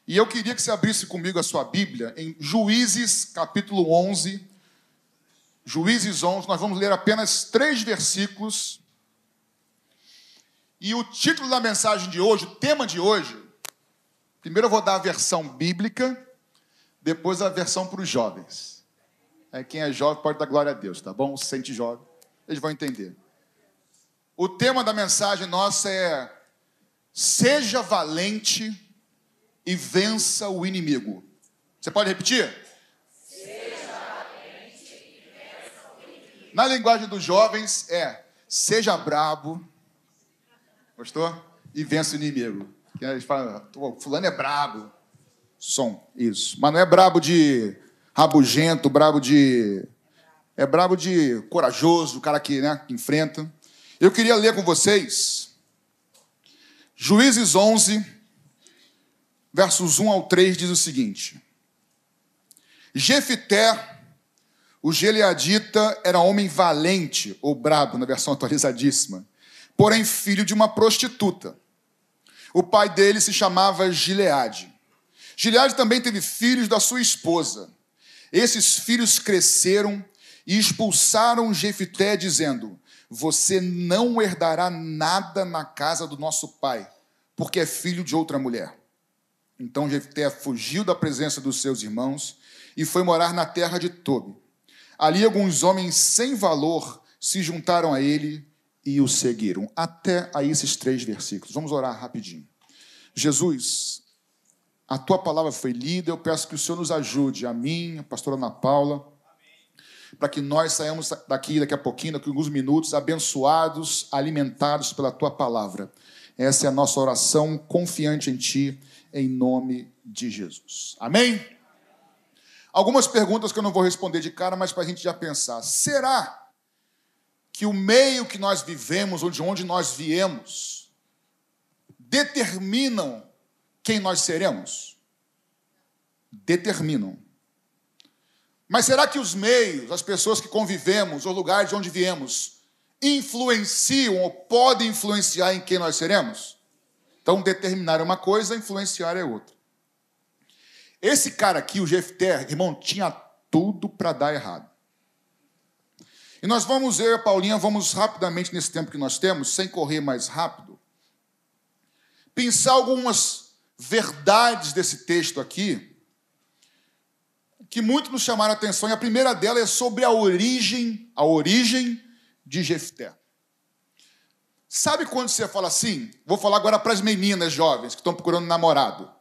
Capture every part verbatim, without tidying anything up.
E eu queria que você abrisse comigo a sua Bíblia em Juízes, capítulo onze. Juízes onze, nós vamos ler apenas três versículos. E o título da mensagem de hoje, o tema de hoje, primeiro eu vou dar a versão bíblica, depois a versão para os jovens. É, quem é jovem pode dar glória a Deus, tá bom? Se sente jovem, eles vão entender. O tema da mensagem nossa é: seja valente e vença o inimigo. Você pode repetir? Seja valente e vença o inimigo. Na linguagem dos jovens é: seja brabo, gostou? E vença o inimigo. Que eles falam, fulano é brabo. Som, isso. Mas não é brabo de rabugento, brabo de... É brabo de corajoso, o cara que, né, que enfrenta. Eu queria ler com vocês Juízes onze, versos um ao três, diz o seguinte: Jefité, o gileadita, era homem valente, ou brabo, na versão atualizadíssima, porém filho de uma prostituta. O pai dele se chamava Gileade. Gileade também teve filhos da sua esposa. Esses filhos cresceram e expulsaram Jefité, dizendo: você não herdará nada na casa do nosso pai, porque é filho de outra mulher. Então Jefté fugiu da presença dos seus irmãos e foi morar na terra de Tobi. Ali alguns homens sem valor se juntaram a ele e o seguiram. Até aí esses três versículos. Vamos orar rapidinho. Jesus, a tua palavra foi lida, eu peço que o Senhor nos ajude, a mim, a pastora Ana Paula, para que nós saímos daqui daqui a pouquinho, daqui a alguns minutos, abençoados, alimentados pela tua palavra. Essa é a nossa oração, confiante em ti, em nome de Jesus. Amém? Algumas perguntas que eu não vou responder de cara, mas para a gente já pensar. Será que o meio que nós vivemos, ou de onde nós viemos, determinam quem nós seremos? Determinam. Mas será que os meios, as pessoas que convivemos, os lugares de onde viemos, influenciam ou podem influenciar em quem nós seremos? Então, determinar é uma coisa, influenciar é outra. Esse cara aqui, o Jefté, irmão, tinha tudo para dar errado. E nós vamos, eu e a Paulinha, vamos rapidamente, nesse tempo que nós temos, sem correr mais rápido, pensar algumas verdades desse texto aqui, que muito nos chamaram a atenção, e a primeira dela é sobre a origem, a origem de Jefté. Sabe quando você fala assim? Vou falar agora para as meninas jovens que estão procurando namorado.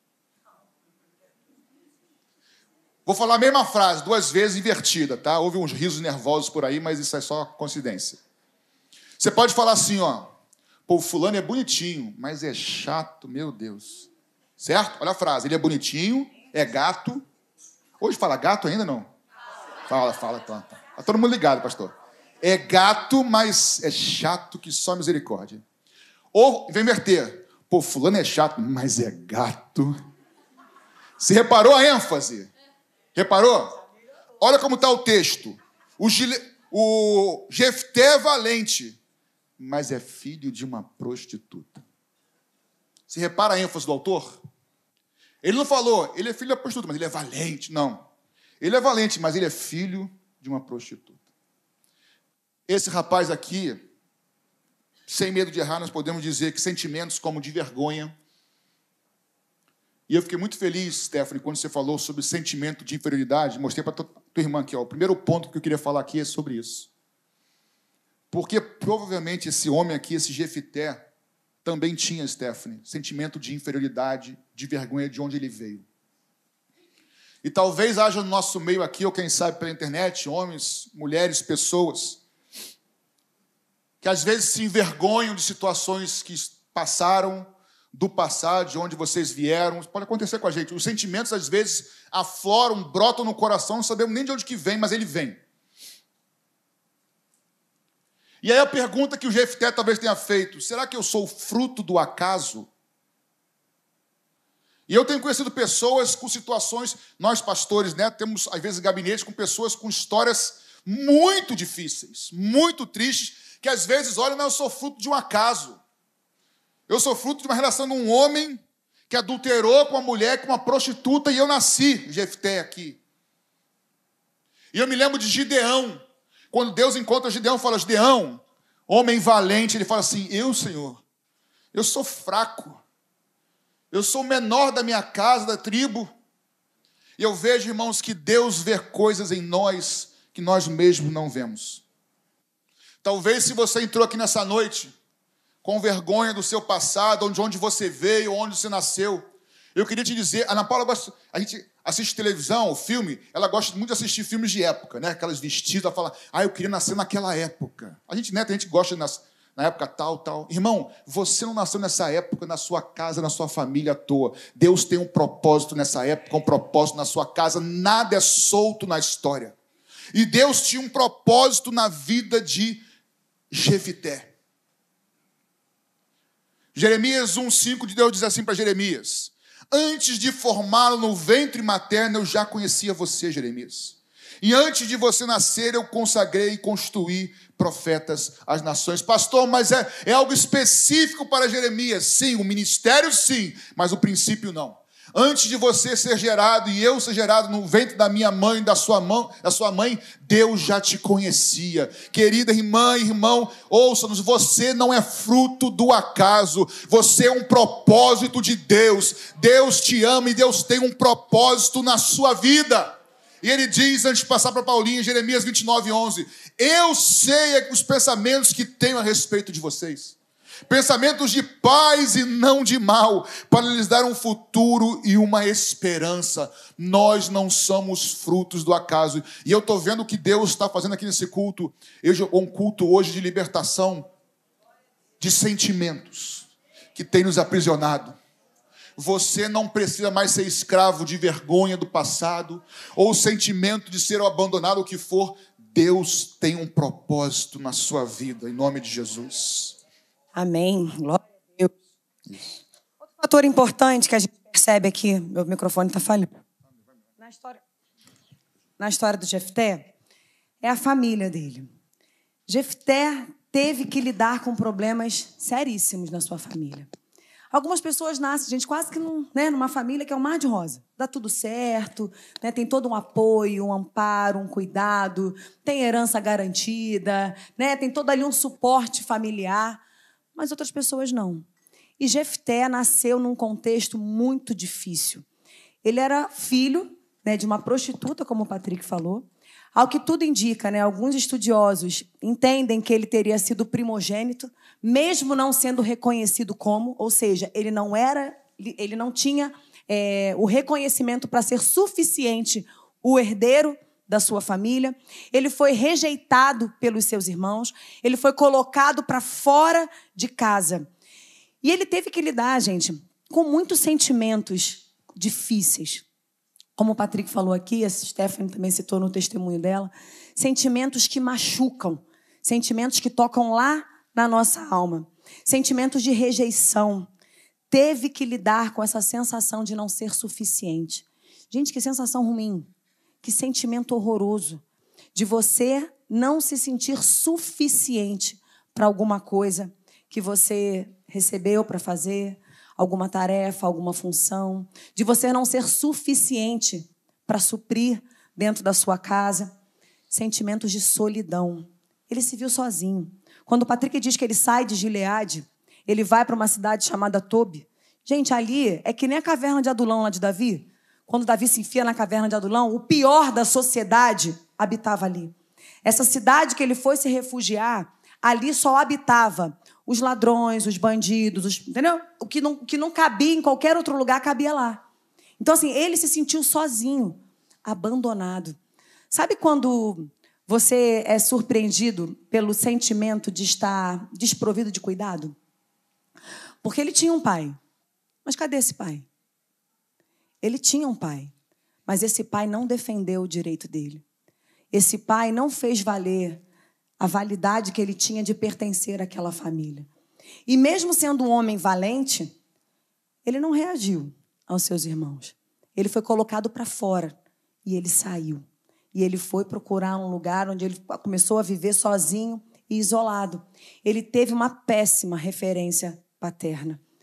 Vou falar a mesma frase, duas vezes invertida, tá? Houve uns risos nervosos por aí, mas isso é só coincidência. Você pode falar assim, ó: pô, o fulano é bonitinho, mas é chato, meu Deus. Certo? Olha a frase, ele é bonitinho, é gato. Hoje fala gato ainda, não? Fala, fala, tá. Tá todo mundo ligado, pastor. É gato, mas é chato que só misericórdia. Ou, vem inverter. Pô, fulano é chato, mas é gato. Você reparou a ênfase? Reparou? Olha como está o texto. O, Gile... o Jefté é valente, mas é filho de uma prostituta. Você repara a ênfase do autor? Ele não falou, ele é filho da prostituta, mas ele é valente. Não. Ele é valente, mas ele é filho de uma prostituta. Esse rapaz aqui, sem medo de errar, nós podemos dizer que sentimentos como de vergonha. E eu fiquei muito feliz, Stephanie, quando você falou sobre sentimento de inferioridade. Mostrei para tua, tua irmã aqui, ó. O primeiro ponto que eu queria falar aqui é sobre isso. Porque provavelmente esse homem aqui, esse Jefté, também tinha, Stephanie, sentimento de inferioridade, de vergonha de onde ele veio. E talvez haja no nosso meio aqui, ou quem sabe pela internet, homens, mulheres, pessoas que às vezes se envergonham de situações que passaram, do passado, de onde vocês vieram. Isso pode acontecer com a gente. Os sentimentos, às vezes, afloram, brotam no coração, não sabemos nem de onde que vem, mas ele vem. E aí a pergunta que o Jefté talvez tenha feito: será que eu sou fruto do acaso? E eu tenho conhecido pessoas com situações, nós pastores, né, temos às vezes gabinetes com pessoas com histórias muito difíceis, muito tristes, que às vezes olham, não, eu sou fruto de um acaso. Eu sou fruto de uma relação de um homem que adulterou com uma mulher, com uma prostituta, e eu nasci, Jefté aqui. E eu me lembro de Gideão. Quando Deus encontra Gideão, fala, Gideão, homem valente, ele fala assim, eu, Senhor, eu sou fraco. Eu sou o menor da minha casa, da tribo. E eu vejo, irmãos, que Deus vê coisas em nós que nós mesmos não vemos. Talvez se você entrou aqui nessa noite com vergonha do seu passado, de onde você veio, onde você nasceu, eu queria te dizer, a Ana Paula gosta, a gente assiste televisão, filme, ela gosta muito de assistir filmes de época, né? Aquelas vestidas, ela fala, ah, eu queria nascer naquela época. A gente, né, a gente gosta de nascer na época tal, tal. Irmão, você não nasceu nessa época, na sua casa, na sua família à toa. Deus tem um propósito nessa época, um propósito na sua casa. Nada é solto na história. E Deus tinha um propósito na vida de Jefté. Jeremias um, cinco, de Deus diz assim para Jeremias, antes de formá-lo no ventre materno, eu já conhecia você, Jeremias. E antes de você nascer, eu consagrei e construí profetas às nações. Pastor, mas é, é algo específico para Jeremias. Sim, o ministério sim, mas o princípio não. Antes de você ser gerado e eu ser gerado no ventre da minha mãe, da sua mãe, da sua mãe, Deus já te conhecia. Querida irmã, irmão, ouça-nos, você não é fruto do acaso, você é um propósito de Deus. Deus te ama e Deus tem um propósito na sua vida. E ele diz, antes de passar para Paulinho, em Jeremias vinte e nove, onze, eu sei os pensamentos que tenho a respeito de vocês. Pensamentos de paz e não de mal, para lhes dar um futuro e uma esperança. Nós não somos frutos do acaso. E eu estou vendo o que Deus está fazendo aqui nesse culto. Eu um culto hoje de libertação de sentimentos que tem nos aprisionado. Você não precisa mais ser escravo de vergonha do passado, ou o sentimento de ser abandonado, o que for. Deus tem um propósito na sua vida, em nome de Jesus. Amém. Glória a Deus. Isso. Outro fator importante que a gente percebe aqui, meu microfone está falhando, na história, na história do Jefté, é a família dele. Jefté teve que lidar com problemas seríssimos na sua família. Algumas pessoas nascem, gente, quase que num, né, numa família que é um mar de rosa. Dá tudo certo, né, tem todo um apoio, um amparo, um cuidado, tem herança garantida, né, tem todo ali um suporte familiar. Mas outras pessoas não. E Jefté nasceu num contexto muito difícil. Ele era filho, né, de uma prostituta, como o Patrick falou. Ao que tudo indica, né, alguns estudiosos entendem que ele teria sido primogênito, mesmo não sendo reconhecido como, ou seja, ele não era, ele não tinha é, o reconhecimento para ser suficiente o herdeiro da sua família. Ele foi rejeitado pelos seus irmãos, ele foi colocado para fora de casa. E ele teve que lidar, gente, com muitos sentimentos difíceis. Como o Patrick falou aqui, a Stephanie também citou no testemunho dela, sentimentos que machucam, sentimentos que tocam lá na nossa alma, sentimentos de rejeição. Teve que lidar com essa sensação de não ser suficiente. Gente, que sensação ruim. Que sentimento horroroso de você não se sentir suficiente para alguma coisa que você recebeu para fazer, alguma tarefa, alguma função, de você não ser suficiente para suprir dentro da sua casa. Sentimentos de solidão. Ele se viu sozinho. Quando o Patrick diz que ele sai de Gileade, ele vai para uma cidade chamada Tobi. Gente, ali é que nem a caverna de Adulão lá de Davi. Quando Davi se enfia na caverna de Adulão, o pior da sociedade habitava ali. Essa cidade que ele foi se refugiar, ali só habitava os ladrões, os bandidos, os, entendeu? O que não, o que não cabia em qualquer outro lugar, cabia lá. Então, assim, ele se sentiu sozinho, abandonado. Sabe quando você é surpreendido pelo sentimento de estar desprovido de cuidado? Porque ele tinha um pai. Mas cadê esse pai? Ele tinha um pai, mas esse pai não defendeu o direito dele. Esse pai não fez valer a validade que ele tinha de pertencer àquela família. E mesmo sendo um homem valente, ele não reagiu aos seus irmãos. Ele foi colocado para fora e ele saiu. E ele foi procurar um lugar onde ele começou a viver sozinho e isolado. Ele teve uma péssima referência paterna.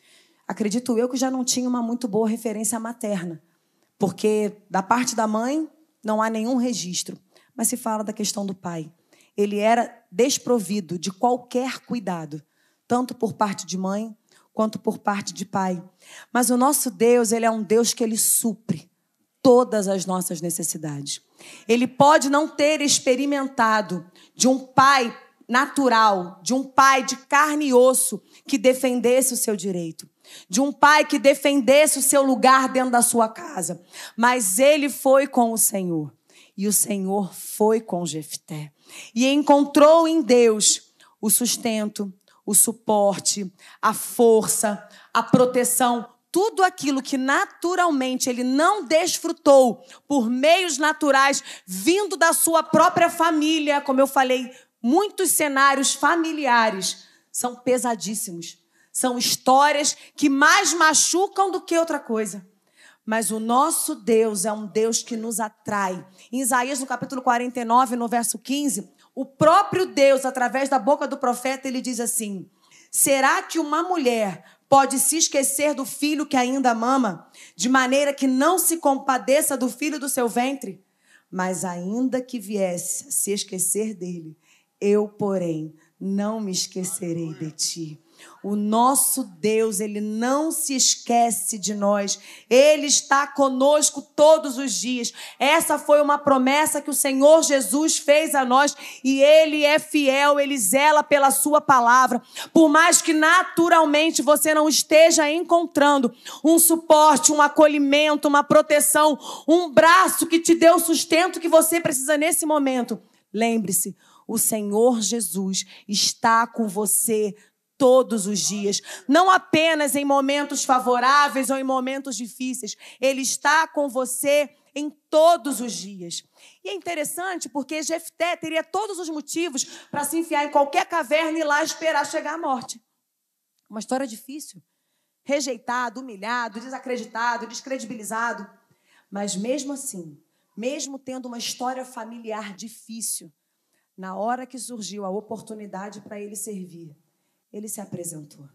acredito eu que já não tinha uma muito boa referência materna, porque da parte da mãe não há nenhum registro, mas se fala da questão do pai. Ele era desprovido de qualquer cuidado, tanto por parte de mãe quanto por parte de pai. Mas o nosso Deus, ele é um Deus que ele supre todas as nossas necessidades. Ele pode não ter experimentado de um pai natural, de um pai de carne e osso que defendesse o seu direito, de um pai que defendesse o seu lugar dentro da sua casa. Mas ele foi com o Senhor. E o Senhor foi com Jefté. E encontrou em Deus o sustento, o suporte, a força, a proteção, tudo aquilo que naturalmente ele não desfrutou por meios naturais, vindo da sua própria família. Como eu falei, muitos cenários familiares são pesadíssimos. São histórias que mais machucam do que outra coisa. Mas o nosso Deus é um Deus que nos atrai. Em Isaías, no capítulo quarenta e nove, no verso quinze, o próprio Deus, através da boca do profeta, ele diz assim: será que uma mulher pode se esquecer do filho que ainda mama, de maneira que não se compadeça do filho do seu ventre? Mas ainda que viesse a se esquecer dele, eu, porém, não me esquecerei de ti. O nosso Deus, ele não se esquece de nós. Ele está conosco todos os dias. Essa foi uma promessa que o Senhor Jesus fez a nós. E ele é fiel, ele zela pela sua palavra. Por mais que naturalmente você não esteja encontrando um suporte, um acolhimento, uma proteção, um braço que te dê o sustento que você precisa nesse momento, lembre-se, o Senhor Jesus está com você todos os dias, não apenas em momentos favoráveis ou em momentos difíceis. Ele está com você em todos os dias. E é interessante porque Jefté teria todos os motivos para se enfiar em qualquer caverna e lá esperar chegar a morte. Uma história difícil. Rejeitado, humilhado, desacreditado, descredibilizado. Mas mesmo assim, mesmo tendo uma história familiar difícil, na hora que surgiu a oportunidade para ele servir, ele se apresentou.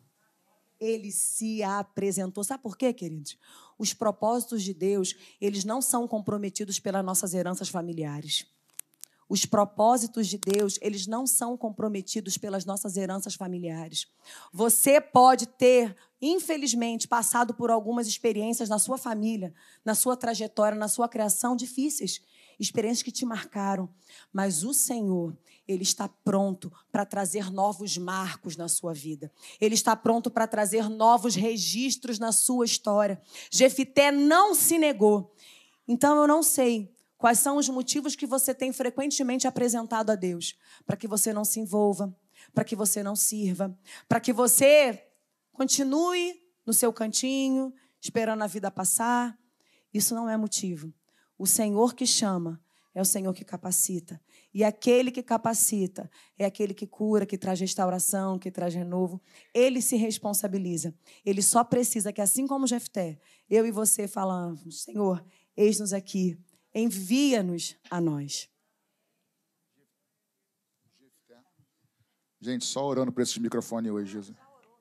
Ele se apresentou. Sabe por quê, queridos? Os propósitos de Deus, eles não são comprometidos pelas nossas heranças familiares. Os propósitos de Deus, eles não são comprometidos pelas nossas heranças familiares. Você pode ter, infelizmente, passado por algumas experiências na sua família, na sua trajetória, na sua criação difíceis, experiências que te marcaram. Mas o Senhor, ele está pronto para trazer novos marcos na sua vida. Ele está pronto para trazer novos registros na sua história. Jefté não se negou. Então, eu não sei quais são os motivos que você tem frequentemente apresentado a Deus para que você não se envolva, para que você não sirva, para que você continue no seu cantinho, esperando a vida passar. Isso não é motivo. O Senhor que chama é o Senhor que capacita. E aquele que capacita é aquele que cura, que traz restauração, que traz renovo. Ele se responsabiliza. Ele só precisa que, assim como Jefté, eu e você falamos: Senhor, eis-nos aqui, envia-nos a nós. Gente, só orando por esse microfone hoje, Jesus.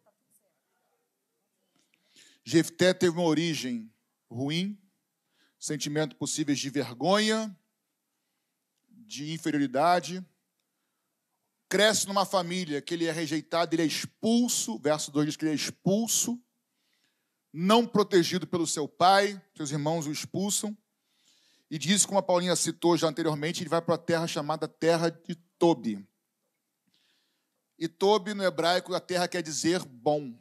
Jefté teve uma origem ruim, sentimento possíveis de vergonha, de inferioridade, cresce numa família que ele é rejeitado, ele é expulso, verso dois diz que ele é expulso, não protegido pelo seu pai, seus irmãos o expulsam, e diz, como a Paulinha citou já anteriormente, ele vai para a terra chamada terra de Tobi. E Tobi, no hebraico, a terra quer dizer bom.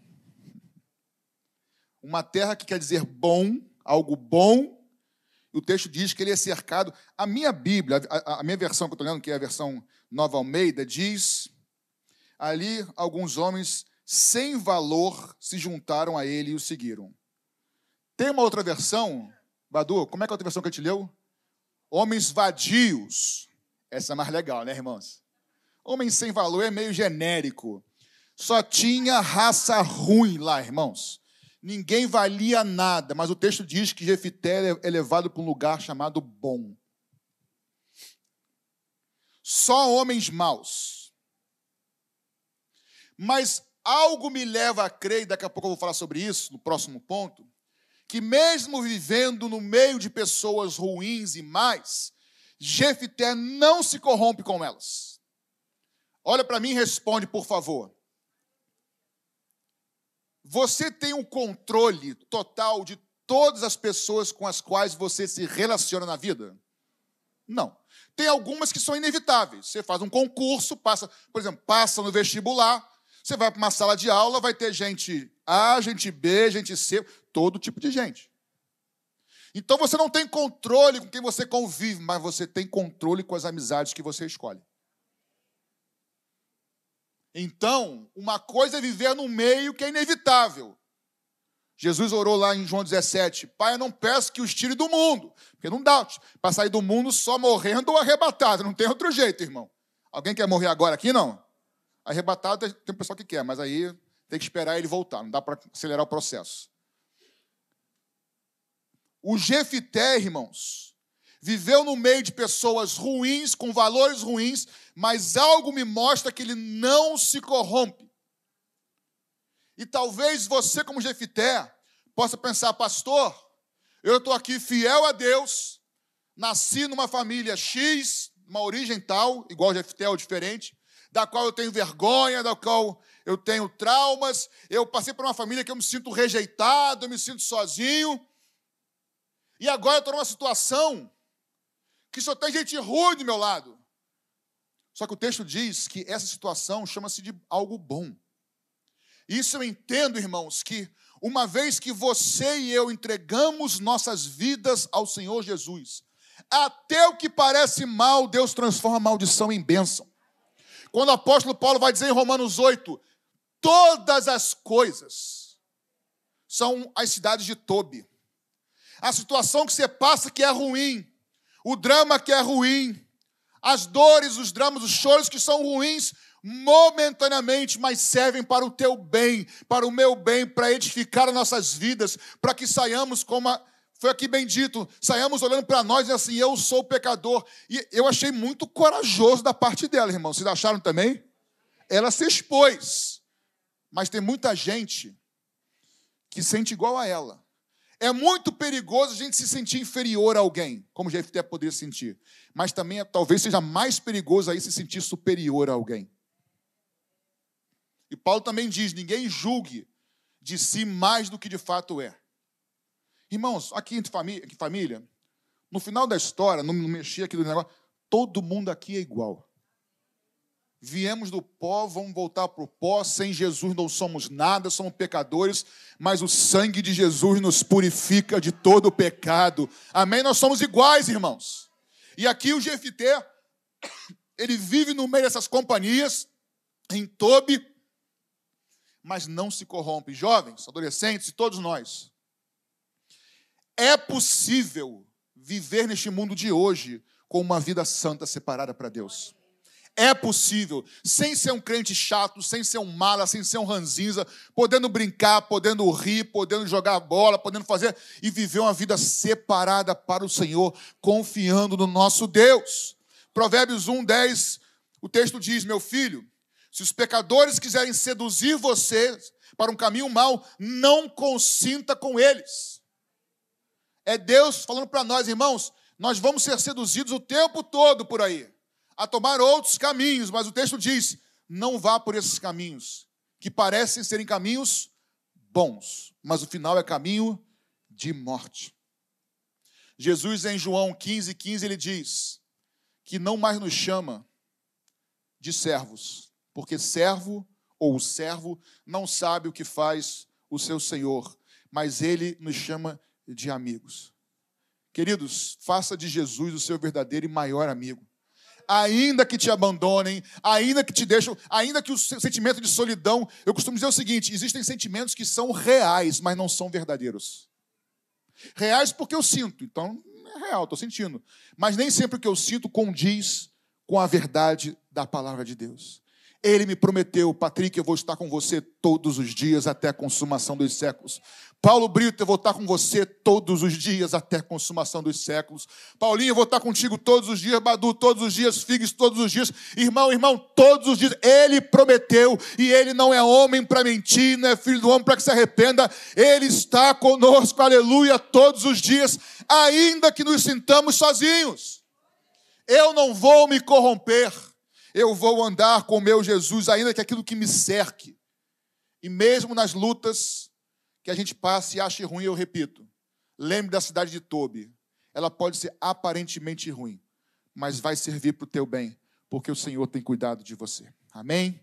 Uma terra que quer dizer bom, algo bom. O texto diz que ele é cercado. A minha Bíblia, a, a minha versão que eu estou lendo, que é a versão Nova Almeida, diz: ali alguns homens sem valor se juntaram a ele e o seguiram. Tem uma outra versão, Badu, como é que é a outra versão que a gente leu? Homens vadios. Essa é mais legal, né, irmãos? Homem sem valor é meio genérico. Só tinha raça ruim lá, irmãos. Ninguém valia nada, mas o texto diz que Jefté é levado para um lugar chamado bom. Só homens maus. Mas algo me leva a crer, e daqui a pouco eu vou falar sobre isso, no próximo ponto, que mesmo vivendo no meio de pessoas ruins e más, Jefté não se corrompe com elas. Olha para mim e responde, por favor. Você tem um controle total de todas as pessoas com as quais você se relaciona na vida? Não. Tem algumas que são inevitáveis. Você faz um concurso, passa, por exemplo, passa no vestibular, você vai para uma sala de aula, vai ter gente A, gente B, gente C, todo tipo de gente. Então você não tem controle com quem você convive, mas você tem controle com as amizades que você escolhe. Então, uma coisa é viver num meio que é inevitável. Jesus orou lá em João dezessete, Pai, eu não peço que os tire do mundo, porque não dá para sair do mundo só morrendo ou arrebatado, não tem outro jeito, irmão. Alguém quer morrer agora aqui, não? Arrebatado tem um pessoal que quer, mas aí tem que esperar ele voltar, não dá para acelerar o processo. O Jefté, irmãos, viveu no meio de pessoas ruins, com valores ruins, mas algo me mostra que ele não se corrompe. E talvez você, como Jefté, possa pensar, pastor, eu estou aqui fiel a Deus, nasci numa família X, uma origem tal, igual Jefté ou diferente, da qual eu tenho vergonha, da qual eu tenho traumas, eu passei por uma família que eu me sinto rejeitado, eu me sinto sozinho, e agora eu estou numa situação que só tem gente ruim do meu lado. Só que o texto diz que essa situação chama-se de algo bom. Isso eu entendo, irmãos, que uma vez que você e eu entregamos nossas vidas ao Senhor Jesus, até o que parece mal, Deus transforma a maldição em bênção. Quando o apóstolo Paulo vai dizer em Romanos oito, todas as coisas são as cidades de Tobi. A situação que você passa que é ruim, o drama que é ruim, as dores, os dramas, os choros que são ruins, momentaneamente, mas servem para o teu bem, para o meu bem, para edificar as nossas vidas, para que saiamos como a, foi aqui bem dito, saiamos olhando para nós e assim, eu sou pecador. E eu achei muito corajoso da parte dela, irmão. Vocês acharam também? Ela se expôs. Mas tem muita gente que sente igual a ela. É muito perigoso a gente se sentir inferior a alguém, como Jefté poderia sentir. Mas também talvez seja mais perigoso aí se sentir superior a alguém. E Paulo também diz, ninguém julgue de si mais do que de fato é. Irmãos, aqui entre família, aqui, família, no final da história, não mexer aqui do negócio, todo mundo aqui é igual. Viemos do pó, vamos voltar para o pó, sem Jesus não somos nada, somos pecadores, mas o sangue de Jesus nos purifica de todo o pecado. Amém? Nós somos iguais, irmãos. E aqui o Jefté, ele vive no meio dessas companhias, em Tobi, mas não se corrompe. Jovens, adolescentes e todos nós, é possível viver neste mundo de hoje com uma vida santa separada para Deus. É possível, sem ser um crente chato, sem ser um mala, sem ser um ranzinza, podendo brincar, podendo rir, podendo jogar bola, podendo fazer e viver uma vida separada para o Senhor, confiando no nosso Deus. Provérbios um, dez, o texto diz, meu filho, se os pecadores quiserem seduzir você para um caminho mau, não consinta com eles. É Deus falando para nós, irmãos, nós vamos ser seduzidos o tempo todo por aí, a tomar outros caminhos, mas o texto diz, não vá por esses caminhos, que parecem serem caminhos bons, mas o final é caminho de morte. Jesus, em João quinze, quinze, ele diz que não mais nos chama de servos, porque servo ou o servo não sabe o que faz o seu Senhor, mas ele nos chama de amigos. Queridos, faça de Jesus o seu verdadeiro e maior amigo. Ainda que te abandonem, ainda que te deixem, ainda que o sentimento de solidão, eu costumo dizer o seguinte, existem sentimentos que são reais, mas não são verdadeiros. Reais porque eu sinto, então é real, estou sentindo. Mas nem sempre o que eu sinto condiz com a verdade da palavra de Deus. Ele me prometeu, Patrick, eu vou estar com você todos os dias até a consumação dos séculos. Paulo Brito, eu vou estar com você todos os dias até a consumação dos séculos. Paulinho, eu vou estar contigo todos os dias. Badu, todos os dias. Figues, todos os dias. Irmão, irmão, todos os dias. Ele prometeu e ele não é homem para mentir, não é filho do homem para que se arrependa. Ele está conosco, aleluia, todos os dias, ainda que nos sintamos sozinhos. Eu não vou me corromper. Eu vou andar com o meu Jesus, ainda que aquilo que me cerque. E mesmo nas lutas que a gente passe e ache ruim, eu repito, lembre da cidade de Tobi. Ela pode ser aparentemente ruim, mas vai servir para o teu bem, porque o Senhor tem cuidado de você. Amém?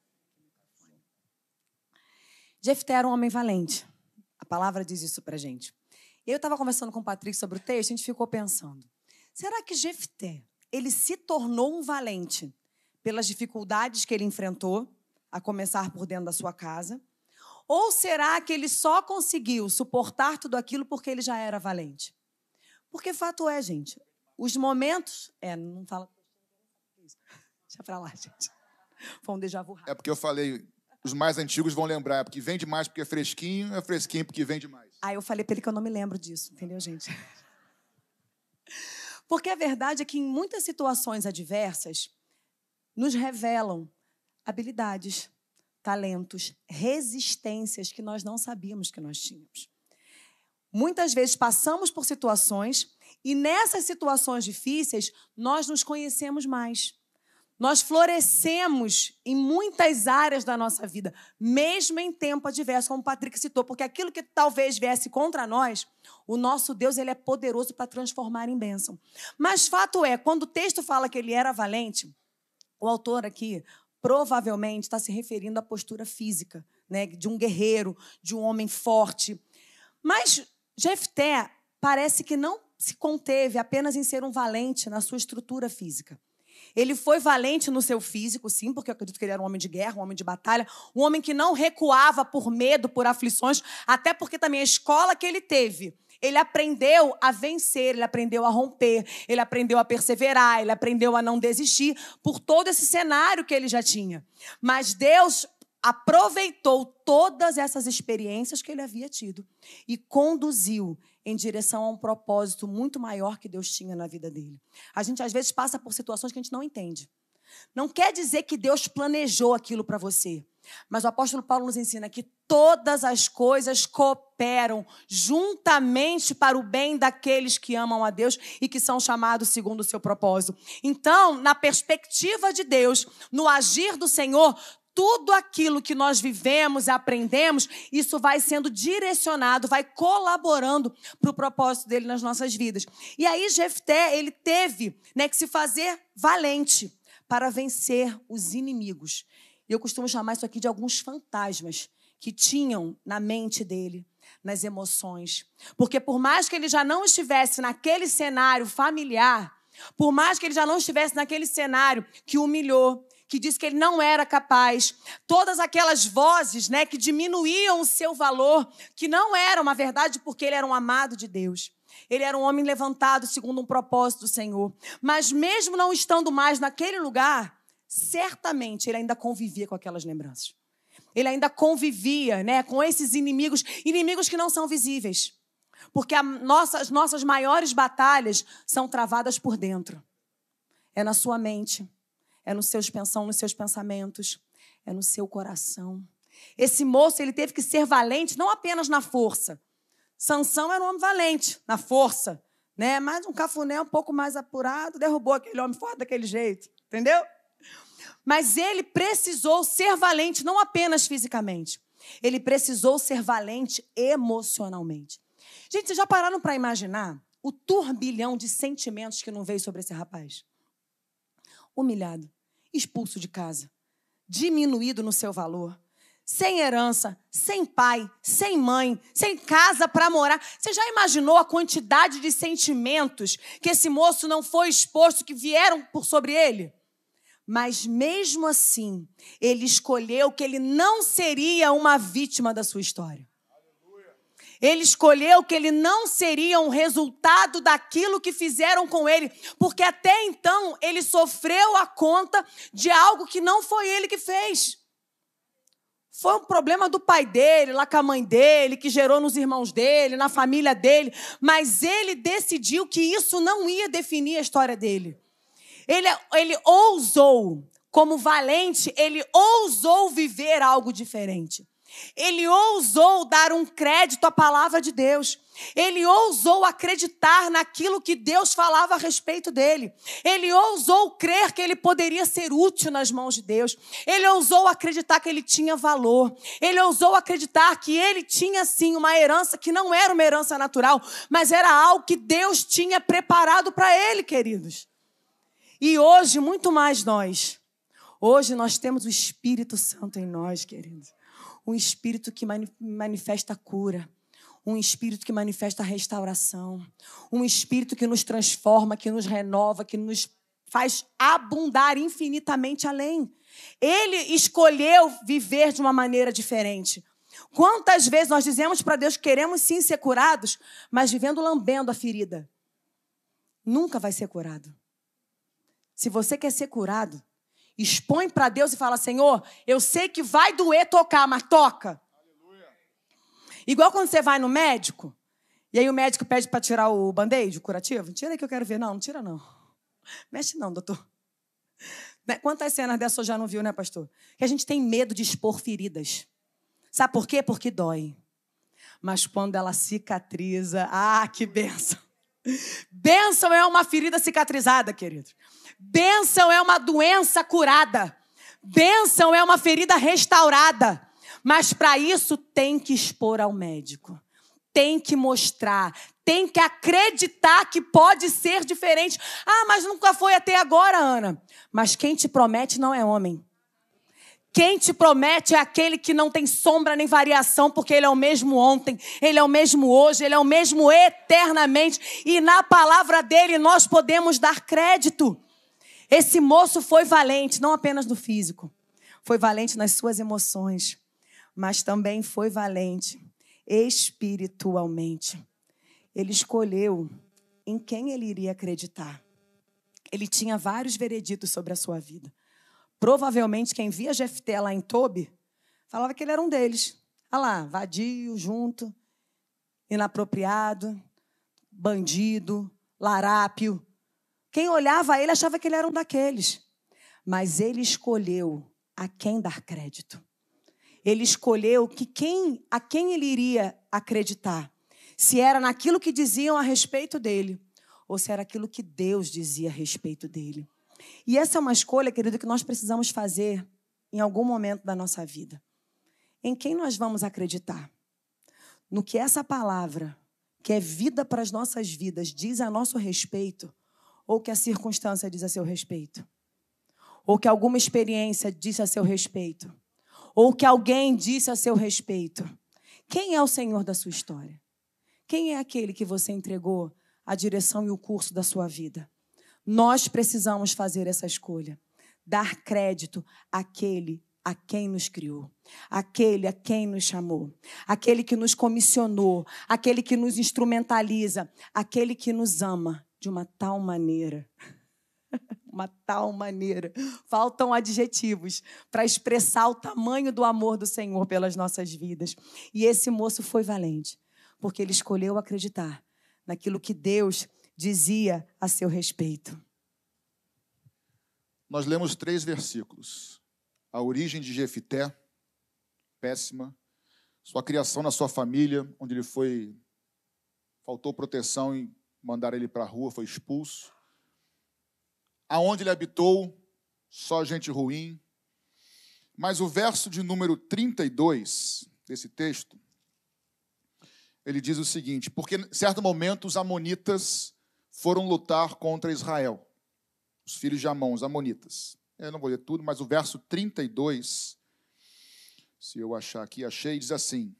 Jefté era um homem valente. A palavra diz isso para a gente. Eu estava conversando com o Patrick sobre o texto, a gente ficou pensando, será que Jefté, ele se tornou um valente pelas dificuldades que ele enfrentou, a começar por dentro da sua casa? Ou será que ele só conseguiu suportar tudo aquilo porque ele já era valente? Porque fato é, gente, os momentos... É, não fala... Deixa pra lá, gente. Foi um déjà vu rápido. É porque eu falei, os mais antigos vão lembrar, é porque vende mais porque é fresquinho, é fresquinho porque vende mais. Ah, eu falei pra ele que eu não me lembro disso, entendeu, gente? Porque a verdade é que em muitas situações adversas, nos revelam habilidades, talentos, resistências que nós não sabíamos que nós tínhamos. Muitas vezes passamos por situações e nessas situações difíceis nós nos conhecemos mais. Nós florescemos em muitas áreas da nossa vida, mesmo em tempo adverso, como o Patrick citou, porque aquilo que talvez viesse contra nós, o nosso Deus ele é poderoso para transformar em bênção. Mas fato é, quando o texto fala que ele era valente, o autor aqui provavelmente está se referindo à postura física, né, de um guerreiro, de um homem forte. Mas Jefté parece que não se conteve apenas em ser um valente na sua estrutura física. Ele foi valente no seu físico, sim, porque eu acredito que ele era um homem de guerra, um homem de batalha, um homem que não recuava por medo, por aflições, até porque também a escola que ele teve, ele aprendeu a vencer, ele aprendeu a romper, ele aprendeu a perseverar, ele aprendeu a não desistir por todo esse cenário que ele já tinha. Mas Deus aproveitou todas essas experiências que ele havia tido e conduziu em direção a um propósito muito maior que Deus tinha na vida dele. A gente, às vezes, passa por situações que a gente não entende. Não quer dizer que Deus planejou aquilo para você. Mas o apóstolo Paulo nos ensina que todas as coisas cooperam juntamente para o bem daqueles que amam a Deus e que são chamados segundo o seu propósito. Então, na perspectiva de Deus, no agir do Senhor, tudo aquilo que nós vivemos e aprendemos, isso vai sendo direcionado, vai colaborando para o propósito dele nas nossas vidas. E aí Jefté, ele teve, né, que se fazer valente para vencer os inimigos. Eu costumo chamar isso aqui de alguns fantasmas que tinham na mente dele, nas emoções. Porque por mais que ele já não estivesse naquele cenário familiar, por mais que ele já não estivesse naquele cenário que o humilhou, que disse que ele não era capaz, todas aquelas vozes, né, que diminuíam o seu valor, que não era uma verdade porque ele era um amado de Deus. Ele era um homem levantado segundo um propósito do Senhor. Mas mesmo não estando mais naquele lugar, certamente ele ainda convivia com aquelas lembranças. Ele ainda convivia, né, com esses inimigos, inimigos que não são visíveis. Porque a nossa, as nossas maiores batalhas são travadas por dentro. É na sua mente, é nos seus, são nos seus pensamentos, é no seu coração. Esse moço, ele teve que ser valente não apenas na força. Sansão era um homem valente na força, né? Mas um cafuné um pouco mais apurado derrubou aquele homem forte daquele jeito, entendeu? Mas ele precisou ser valente não apenas fisicamente. Ele precisou ser valente emocionalmente. Gente, vocês já pararam para imaginar o turbilhão de sentimentos que não veio sobre esse rapaz? Humilhado, expulso de casa, diminuído no seu valor, sem herança, sem pai, sem mãe, sem casa para morar. Você já imaginou a quantidade de sentimentos que esse moço não foi exposto, que vieram por sobre ele? Mas mesmo assim, ele escolheu que ele não seria uma vítima da sua história. Ele escolheu que ele não seria um resultado daquilo que fizeram com ele, porque até então ele sofreu a conta de algo que não foi ele que fez. Foi um problema do pai dele, lá com a mãe dele, que gerou nos irmãos dele, na família dele, mas ele decidiu que isso não ia definir a história dele. Ele, ele ousou, como valente, ele ousou viver algo diferente. Ele ousou dar um crédito à palavra de Deus. Ele ousou acreditar naquilo que Deus falava a respeito dele. Ele ousou crer que ele poderia ser útil nas mãos de Deus. Ele ousou acreditar que ele tinha valor. Ele ousou acreditar que ele tinha, sim, uma herança que não era uma herança natural, mas era algo que Deus tinha preparado para ele, queridos. E hoje, muito mais nós. Hoje nós temos o Espírito Santo em nós, queridos. Um Espírito que manifesta a cura. Um Espírito que manifesta a restauração. Um Espírito que nos transforma, que nos renova, que nos faz abundar infinitamente além. Ele escolheu viver de uma maneira diferente. Quantas vezes nós dizemos para Deus que queremos sim ser curados, mas vivendo lambendo a ferida? Nunca vai ser curado. Se você quer ser curado, expõe para Deus e fala, Senhor, eu sei que vai doer tocar, mas toca. Aleluia. Igual quando você vai no médico, e aí o médico pede para tirar o band-aid, o curativo. Tira aí que eu quero ver. Não, não tira não. Mexe não, doutor. Quantas cenas dessa eu já não viu, né, pastor? Que a gente tem medo de expor feridas. Sabe por quê? Porque dói. Mas quando ela cicatriza, ah, que bênção. Bênção é uma ferida cicatrizada, queridos. Bênção é uma doença curada. Bênção é uma ferida restaurada. Mas para isso tem que expor ao médico. Tem que mostrar. Tem que acreditar que pode ser diferente. Ah, mas nunca foi até agora, Ana. Mas quem te promete não é homem. Quem te promete é aquele que não tem sombra nem variação, porque ele é o mesmo ontem, ele é o mesmo hoje, ele é o mesmo eternamente. E na palavra dele nós podemos dar crédito. Esse moço foi valente, não apenas no físico. Foi valente nas suas emoções, mas também foi valente espiritualmente. Ele escolheu em quem ele iria acreditar. Ele tinha vários vereditos sobre a sua vida. Provavelmente quem via Jefté lá em Tobi falava que ele era um deles. Olha lá, vadio, junto, inapropriado, bandido, larápio. Quem olhava ele achava que ele era um daqueles. Mas ele escolheu a quem dar crédito. Ele escolheu que quem, a quem ele iria acreditar. Se era naquilo que diziam a respeito dele, ou se era aquilo que Deus dizia a respeito dele. E essa é uma escolha, querido, que nós precisamos fazer em algum momento da nossa vida. Em quem nós vamos acreditar? No que essa palavra, que é vida para as nossas vidas, diz a nosso respeito, ou que a circunstância diz a seu respeito? Ou que alguma experiência disse a seu respeito? Ou que alguém disse a seu respeito? Quem é o Senhor da sua história? Quem é aquele que você entregou a direção e o curso da sua vida? Nós precisamos fazer essa escolha. Dar crédito àquele a quem nos criou. Aquele a quem nos chamou. Aquele que nos comissionou. Aquele que nos instrumentaliza. Aquele que nos ama de uma tal maneira. Uma tal maneira. Faltam adjetivos para expressar o tamanho do amor do Senhor pelas nossas vidas. E esse moço foi valente, porque ele escolheu acreditar naquilo que Deus dizia a seu respeito. Nós lemos três versículos. A origem de Jefté, péssima. Sua criação na sua família, onde ele foi, faltou proteção e mandaram ele para a rua, foi expulso. Aonde ele habitou, só gente ruim. Mas o verso de número trinta e dois desse texto, ele diz o seguinte: porque em certo momento os amonitas foram lutar contra Israel. Os filhos de Amon, os amonitas. Eu não vou ler tudo, mas o verso trinta e dois, se eu achar aqui, achei, diz assim,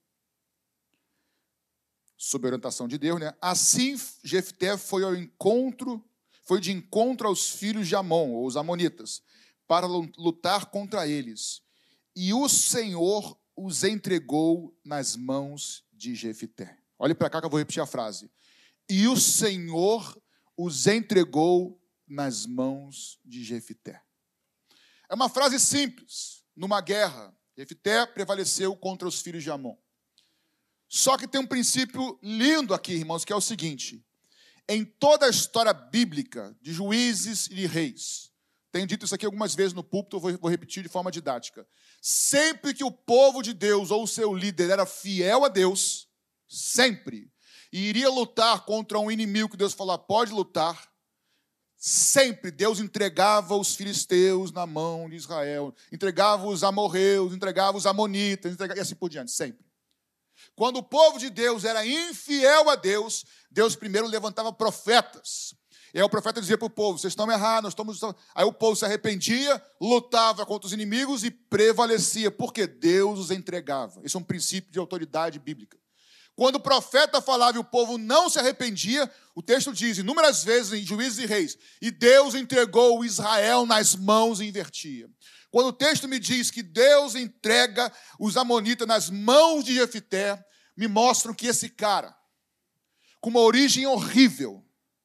sob a orientação de Deus, né? Assim Jefté foi ao encontro, foi de encontro aos filhos de Amon, ou os amonitas, para lutar contra eles. E o Senhor os entregou nas mãos de Jefté. Olhe para cá que eu vou repetir a frase. E o Senhor os entregou nas mãos de Jefté. É uma frase simples. Numa guerra, Jefté prevaleceu contra os filhos de Amon. Só que tem um princípio lindo aqui, irmãos, que é o seguinte. Em toda a história bíblica de juízes e de reis, tenho dito isso aqui algumas vezes no púlpito, eu vou, vou repetir de forma didática. Sempre que o povo de Deus ou o seu líder era fiel a Deus, sempre, e iria lutar contra um inimigo que Deus falou, pode lutar, sempre Deus entregava os filisteus na mão de Israel, entregava os amorreus, entregava os amonitas, entregava, e assim por diante, sempre. Quando o povo de Deus era infiel a Deus, Deus primeiro levantava profetas. E aí o profeta dizia para o povo, vocês estão errados, nós estamos... Aí o povo se arrependia, lutava contra os inimigos e prevalecia, porque Deus os entregava. Esse é um princípio de autoridade bíblica. Quando o profeta falava e o povo não se arrependia, o texto diz, inúmeras vezes em Juízes e Reis, e Deus entregou Israel nas mãos e invertia. Quando o texto me diz que Deus entrega os amonitas nas mãos de Jefté, me mostram que esse cara, com uma origem horrível,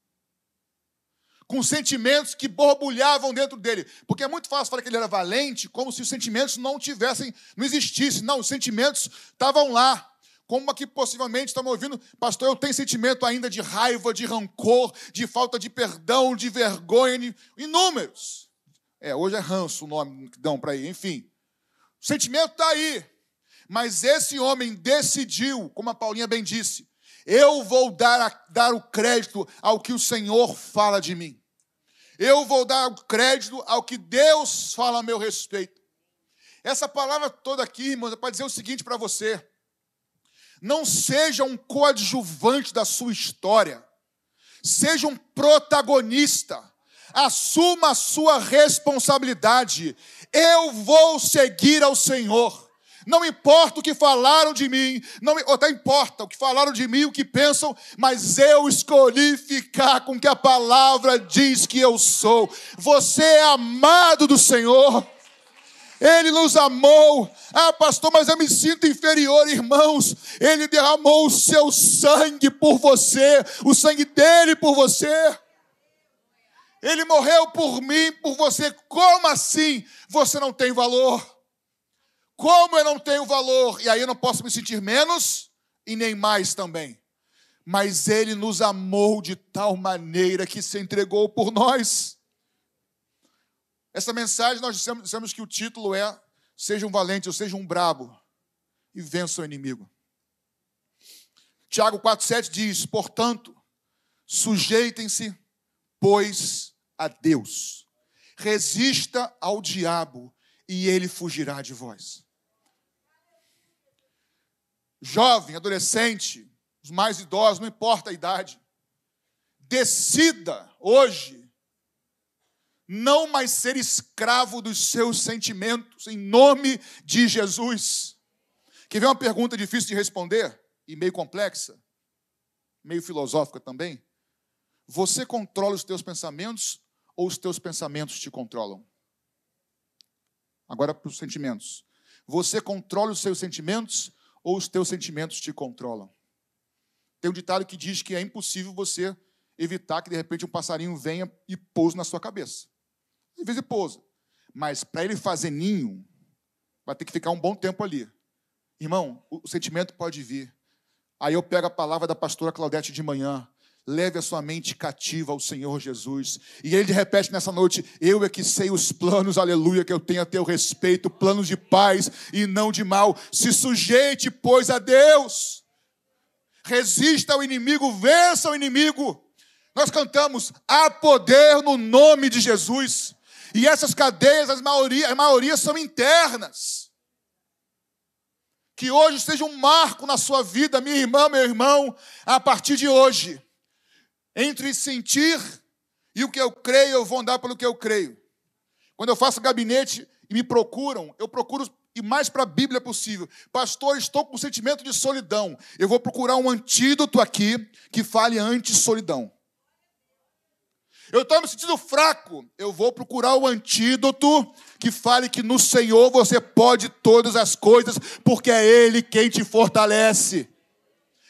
com sentimentos que borbulhavam dentro dele, porque é muito fácil falar que ele era valente, como se os sentimentos não tivessem, não existissem. Não, os sentimentos estavam lá. Como aqui possivelmente estão me ouvindo, pastor, eu tenho sentimento ainda de raiva, de rancor, de falta de perdão, de vergonha, inúmeros. É, hoje é ranço o nome que dão para aí, enfim. O sentimento está aí. Mas esse homem decidiu, como a Paulinha bem disse, eu vou dar, a, dar o crédito ao que o Senhor fala de mim. Eu vou dar o crédito ao que Deus fala a meu respeito. Essa palavra toda aqui, irmãos, é para dizer o seguinte para você. Não seja um coadjuvante da sua história. Seja um protagonista. Assuma a sua responsabilidade. Eu vou seguir ao Senhor. Não importa o que falaram de mim, não até importa o que falaram de mim, o que pensam, mas eu escolhi ficar com o que a palavra diz que eu sou. Você é amado do Senhor. Ele nos amou. Ah, pastor, mas eu me sinto inferior, irmãos. Ele derramou o seu sangue por você, o sangue dele por você. Ele morreu por mim, por você. Como assim você não tem valor? Como eu não tenho valor? E aí eu não posso me sentir menos e nem mais também. Mas ele nos amou de tal maneira que se entregou por nós. Essa mensagem nós dissemos, dissemos que o título é seja um valente ou seja um brabo e vença o inimigo. Tiago quatro, sete diz, portanto, sujeitem-se, pois, a Deus. Resista ao diabo e ele fugirá de vós. Jovem, adolescente, os mais idosos, não importa a idade, decida hoje não mais ser escravo dos seus sentimentos, em nome de Jesus. Quer ver uma pergunta difícil de responder e meio complexa, meio filosófica também? Você controla os teus pensamentos ou os teus pensamentos te controlam? Agora para os sentimentos. Você controla os seus sentimentos ou os teus sentimentos te controlam? Tem um ditado que diz que é impossível você evitar que, de repente, um passarinho venha e pouse na sua cabeça. Às vezes pousa. Mas para ele fazer ninho, vai ter que ficar um bom tempo ali. Irmão, o sentimento pode vir. Aí eu pego a palavra da pastora Claudete de manhã. Leve a sua mente cativa ao Senhor Jesus. E ele repete nessa noite, eu é que sei os planos, aleluia, que eu tenho a teu respeito, planos de paz e não de mal. Se sujeite, pois, a Deus. Resista ao inimigo, vença o inimigo. Nós cantamos, há poder no nome de Jesus. E essas cadeias, as maioria, a maioria são internas. Que hoje seja um marco na sua vida, minha irmã, meu irmão, a partir de hoje. Entre sentir e o que eu creio, eu vou andar pelo que eu creio. Quando eu faço gabinete e me procuram, eu procuro ir mais para a Bíblia possível. Pastor, estou com sentimento de solidão. Eu vou procurar um antídoto aqui que fale anti-solidão. Eu estou me sentindo fraco. Eu vou procurar o antídoto que fale que no Senhor você pode todas as coisas, porque é Ele quem te fortalece.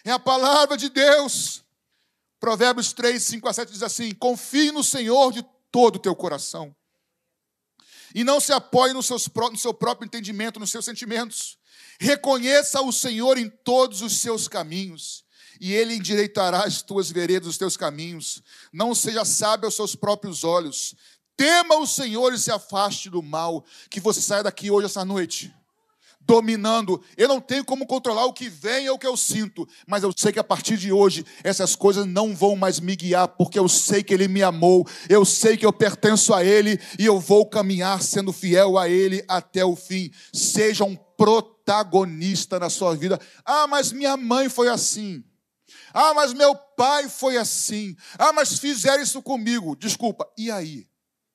É a palavra de Deus. Provérbios três, cinco a sete diz assim: confie no Senhor de todo o teu coração e não se apoie no, seus, no seu próprio entendimento, nos seus sentimentos. Reconheça o Senhor em todos os seus caminhos e Ele endireitará as tuas veredas, os teus caminhos. Não seja sábio aos seus próprios olhos. Tema o Senhor e se afaste do mal. Que você saia daqui hoje, essa noite, dominando. Eu não tenho como controlar o que vem ou o que eu sinto, mas eu sei que a partir de hoje essas coisas não vão mais me guiar, porque eu sei que Ele me amou, eu sei que eu pertenço a Ele e eu vou caminhar sendo fiel a Ele até o fim. Seja um protagonista na sua vida. Ah, mas minha mãe foi assim. Ah, mas meu pai foi assim. Ah, mas fizeram isso comigo. Desculpa, e aí?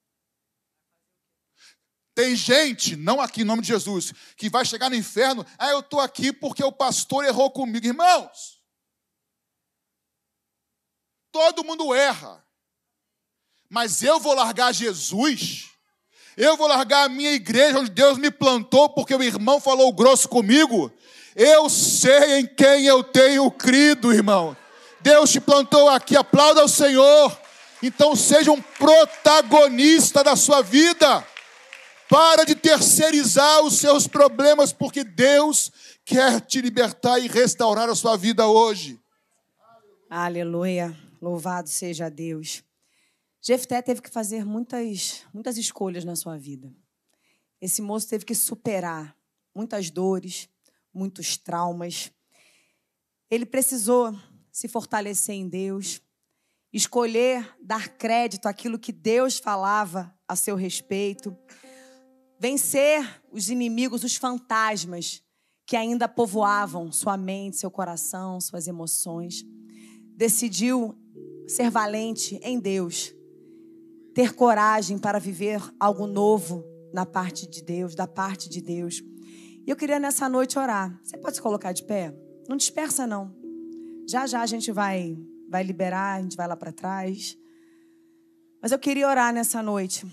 Tem gente, não aqui em nome de Jesus, que vai chegar no inferno. Ah, eu estou aqui porque o pastor errou comigo. Irmãos, todo mundo erra. Mas eu vou largar Jesus? Eu vou largar a minha igreja onde Deus me plantou porque o irmão falou grosso comigo? Eu sei em quem eu tenho crido, irmão. Deus te plantou aqui, aplauda ao Senhor. Então seja um protagonista da sua vida. Para de terceirizar os seus problemas, porque Deus quer te libertar e restaurar a sua vida hoje. Aleluia. Louvado seja Deus. Jefté teve que fazer muitas, muitas escolhas na sua vida. Esse moço teve que superar muitas dores, muitos traumas. Ele precisou se fortalecer em Deus, escolher dar crédito àquilo que Deus falava a seu respeito, vencer os inimigos, os fantasmas que ainda povoavam sua mente, seu coração, suas emoções. Decidiu ser valente em Deus, ter coragem para viver algo novo na parte de Deus, da parte de Deus. E eu queria nessa noite orar. Você pode se colocar de pé? Não dispersa, não. Já, já a gente vai, vai liberar, a gente vai lá para trás. Mas eu queria orar nessa noite.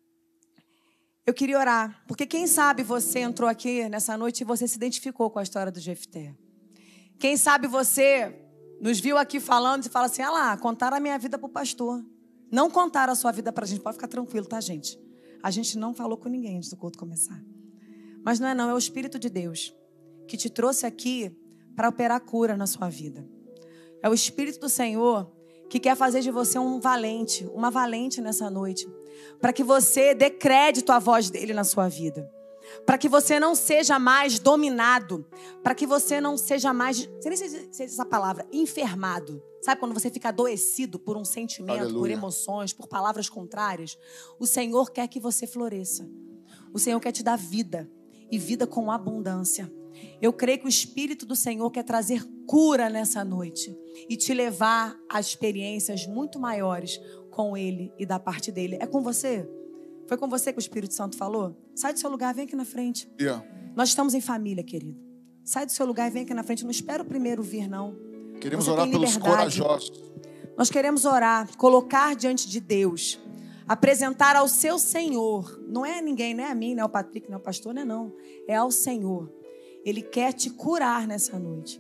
Eu queria orar, porque quem sabe você entrou aqui nessa noite e você se identificou com a história do Jefté. Quem sabe você nos viu aqui falando e fala assim: ah lá, contaram a minha vida para o pastor. Não contaram a sua vida para a gente. Pode ficar tranquilo, tá, gente? A gente não falou com ninguém antes do culto começar. Mas não é não, é o Espírito de Deus que te trouxe aqui para operar cura na sua vida. É o Espírito do Senhor que quer fazer de você um valente, uma valente nessa noite, para que você dê crédito à voz dele na sua vida, para que você não seja mais dominado, para que você não seja mais, não sei nem se é essa palavra, enfermado. Sabe quando você fica adoecido por um sentimento, Aleluia. Por emoções, por palavras contrárias? O Senhor quer que você floresça. O Senhor quer te dar vida, e vida com abundância. Eu creio que o Espírito do Senhor quer trazer cura nessa noite e te levar a experiências muito maiores com Ele e da parte dele. É com você? Foi com você que o Espírito Santo falou? Sai do seu lugar, vem aqui na frente. Yeah. Nós estamos em família, querido. Sai do seu lugar e vem aqui na frente. Não espera o primeiro vir, não. Queremos orar pelos corajosos. Nós queremos orar, colocar diante de Deus, apresentar ao seu Senhor. Não é ninguém, não é a mim, não é o Patrick, não é o pastor, não é não. É ao Senhor. Ele quer te curar nessa noite.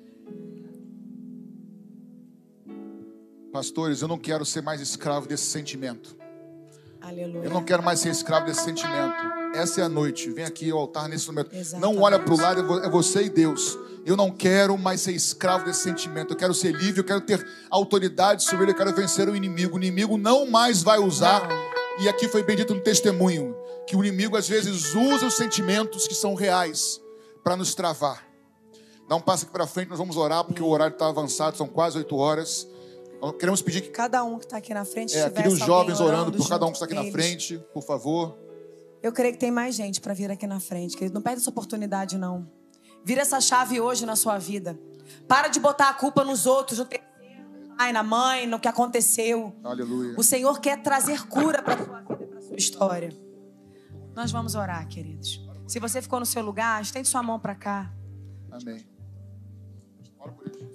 Pastores, eu não quero ser mais escravo desse sentimento. Aleluia. Eu não quero mais ser escravo desse sentimento. Essa é a noite. Vem aqui ao altar nesse momento. Exatamente. Não olha para o lado, é você e Deus. Eu não quero mais ser escravo desse sentimento. Eu quero ser livre, eu quero ter autoridade sobre ele, eu quero vencer o inimigo. O inimigo não mais vai usar. Não. E aqui foi bem dito no testemunho, que o inimigo às vezes usa os sentimentos que são reais para nos travar. Dá um passo aqui para frente, nós vamos orar, porque o horário está avançado, são quase oito horas. Nós queremos pedir que cada um que está aqui na frente, é, queria os jovens orando por cada um que está aqui na frente, por favor. Eu creio que tem mais gente para vir aqui na frente, querido. Não perde essa oportunidade, não. Vira essa chave hoje na sua vida. Para de botar a culpa nos outros, no terceiro, no pai, na mãe, no que aconteceu. Aleluia. O Senhor quer trazer cura para a sua vida, para a sua história. Nós vamos orar, queridos. Se você ficou no seu lugar, estende sua mão para cá. Amém. Ora por isso.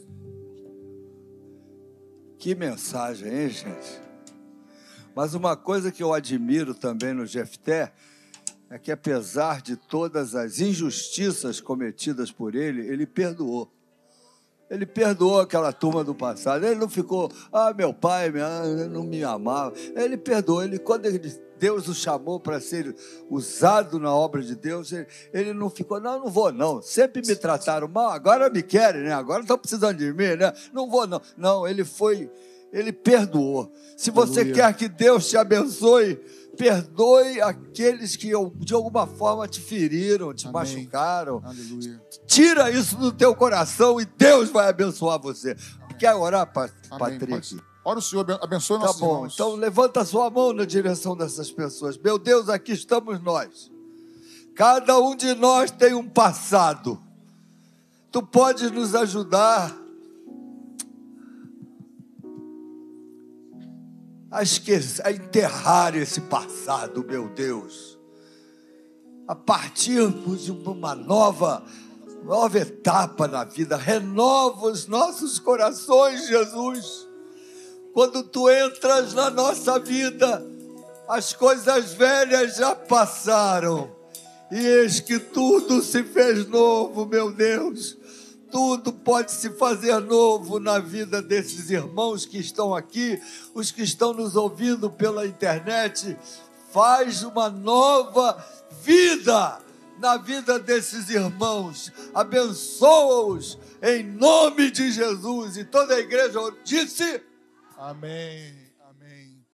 Que mensagem, hein, gente? Mas uma coisa que eu admiro também no Jefté é que, apesar de todas as injustiças cometidas por ele, ele perdoou. Ele perdoou aquela turma do passado. Ele não ficou, ah, meu pai minha, não me amava. Ele perdoou. Ele, quando ele, Deus o chamou para ser usado na obra de Deus, ele, ele não ficou, não, não vou não. Sempre me trataram mal, agora me querem, né? Agora estão precisando de mim, né? Não vou não. Não, ele foi, ele perdoou. Se você Aleluia. quer que Deus te abençoe, perdoe aqueles que de alguma forma te feriram, te Amém. machucaram. Aleluia. Tira isso do teu coração e Deus vai abençoar você. Quer orar, pa- Amém. Patrick? Ora o Senhor, aben- abençoe Tá nossos bom, irmãos. então levanta a sua mão na direção dessas pessoas. Meu Deus, aqui estamos nós. Cada um de nós tem um passado. Tu podes nos ajudar a esquecer, a enterrar esse passado, meu Deus. A partirmos de uma nova, nova etapa na vida. Renova os nossos corações, Jesus. Quando tu entras na nossa vida, as coisas velhas já passaram. E eis que tudo se fez novo, meu Deus. Tudo pode se fazer novo na vida desses irmãos que estão aqui, os que estão nos ouvindo pela internet. Faz uma nova vida na vida desses irmãos. Abençoa-os em nome de Jesus. E toda a igreja disse... Amém. Amém.